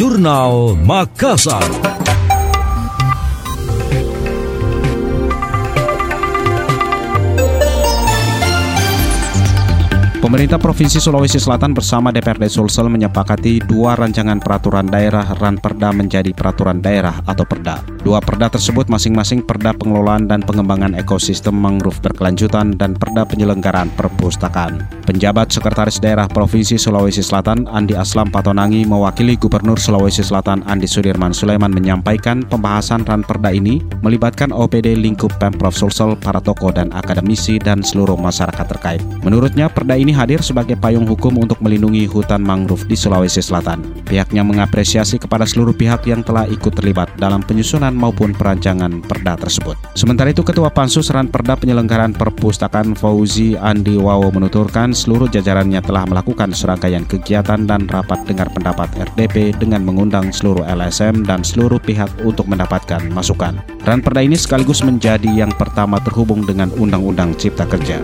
Jurnal Makassar. Pemerintah Provinsi Sulawesi Selatan bersama DPRD Sulsel menyepakati 2 rancangan peraturan daerah Ranperda menjadi peraturan daerah atau Perda. 2 perda tersebut masing-masing Perda Pengelolaan dan Pengembangan Ekosistem Mangrove Berkelanjutan dan Perda Penyelenggaraan Perpustakaan. Penjabat Sekretaris Daerah Provinsi Sulawesi Selatan Andi Aslam Patonangi mewakili Gubernur Sulawesi Selatan Andi Sudirman Sulaiman menyampaikan pembahasan Ranperda ini melibatkan OPD lingkup Pemprov Sulsel, para tokoh dan akademisi dan seluruh masyarakat terkait. Menurutnya perda ini hadir sebagai payung hukum untuk melindungi hutan mangrove di Sulawesi Selatan. Pihaknya mengapresiasi kepada seluruh pihak yang telah ikut terlibat dalam penyusunan maupun perancangan perda tersebut. Sementara itu, Ketua Pansus Ranperda Penyelenggaraan Perpustakaan Fauzi Andi Wawo menuturkan seluruh jajarannya telah melakukan serangkaian kegiatan dan rapat dengar pendapat RDP dengan mengundang seluruh LSM dan seluruh pihak untuk mendapatkan masukan. Ranperda ini sekaligus menjadi yang pertama terhubung dengan Undang-Undang Cipta Kerja.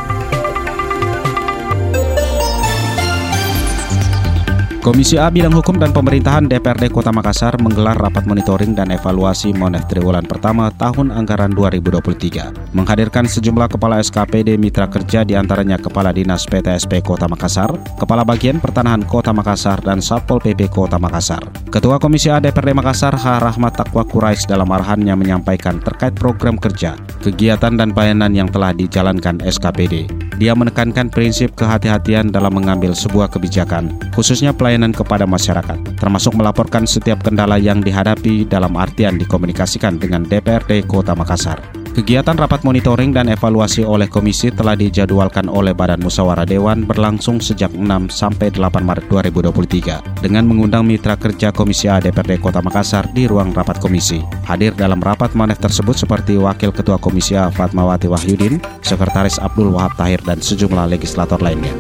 Komisi A Bidang Hukum dan Pemerintahan DPRD Kota Makassar menggelar rapat monitoring dan evaluasi Monev triwulan pertama tahun anggaran 2023. Menghadirkan sejumlah kepala SKPD Mitra Kerja diantaranya Kepala Dinas PTSP Kota Makassar, Kepala Bagian Pertanahan Kota Makassar, dan Satpol PP Kota Makassar. Ketua Komisi A DPRD Makassar H. Rahmat Taqwa Quraisy dalam arahannya menyampaikan terkait program kerja, kegiatan dan pelayanan yang telah dijalankan SKPD. Dia menekankan prinsip kehati-hatian dalam mengambil sebuah kebijakan, khususnya pelayanan kepada masyarakat, termasuk melaporkan setiap kendala yang dihadapi dalam artian dikomunikasikan dengan DPRD Kota Makassar. Kegiatan rapat monitoring dan evaluasi oleh komisi telah dijadwalkan oleh Badan Musyawarah Dewan berlangsung sejak 6 sampai 8 Maret 2023 dengan mengundang mitra kerja Komisi A DPRD Kota Makassar di ruang rapat komisi. Hadir dalam rapat Monev tersebut seperti Wakil Ketua Komisi A Fatmawati Wahyudin, Sekretaris Abdul Wahab Tahir, dan sejumlah legislator lainnya.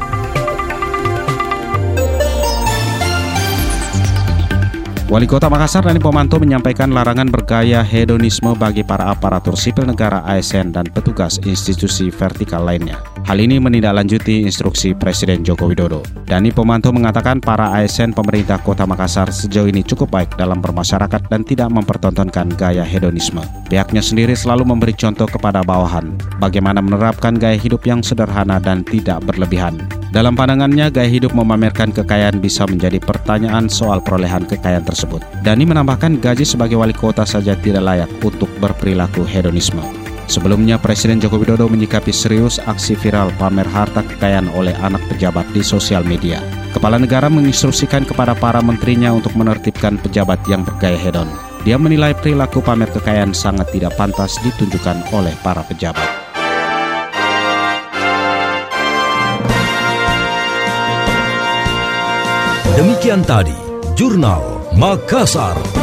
Wali Kota Makassar Dani Pomanto menyampaikan larangan bergaya hedonisme bagi para aparatur sipil negara ASN dan petugas institusi vertikal lainnya. Hal ini menindaklanjuti instruksi Presiden Joko Widodo. Dani Pomanto mengatakan para ASN pemerintah Kota Makassar sejauh ini cukup baik dalam bermasyarakat dan tidak mempertontonkan gaya hedonisme. Pihaknya sendiri selalu memberi contoh kepada bawahan bagaimana menerapkan gaya hidup yang sederhana dan tidak berlebihan. Dalam pandangannya, gaya hidup memamerkan kekayaan bisa menjadi pertanyaan soal perolehan kekayaan tersebut. Dani menambahkan gaji sebagai wali kota saja tidak layak untuk berperilaku hedonisme. Sebelumnya, Presiden Joko Widodo menyikapi serius aksi viral pamer harta kekayaan oleh anak pejabat di sosial media. Kepala negara menginstruksikan kepada para menterinya untuk menertibkan pejabat yang bergaya hedon. Dia menilai perilaku pamer kekayaan sangat tidak pantas ditunjukkan oleh para pejabat. Demikian tadi Jurnal Makassar.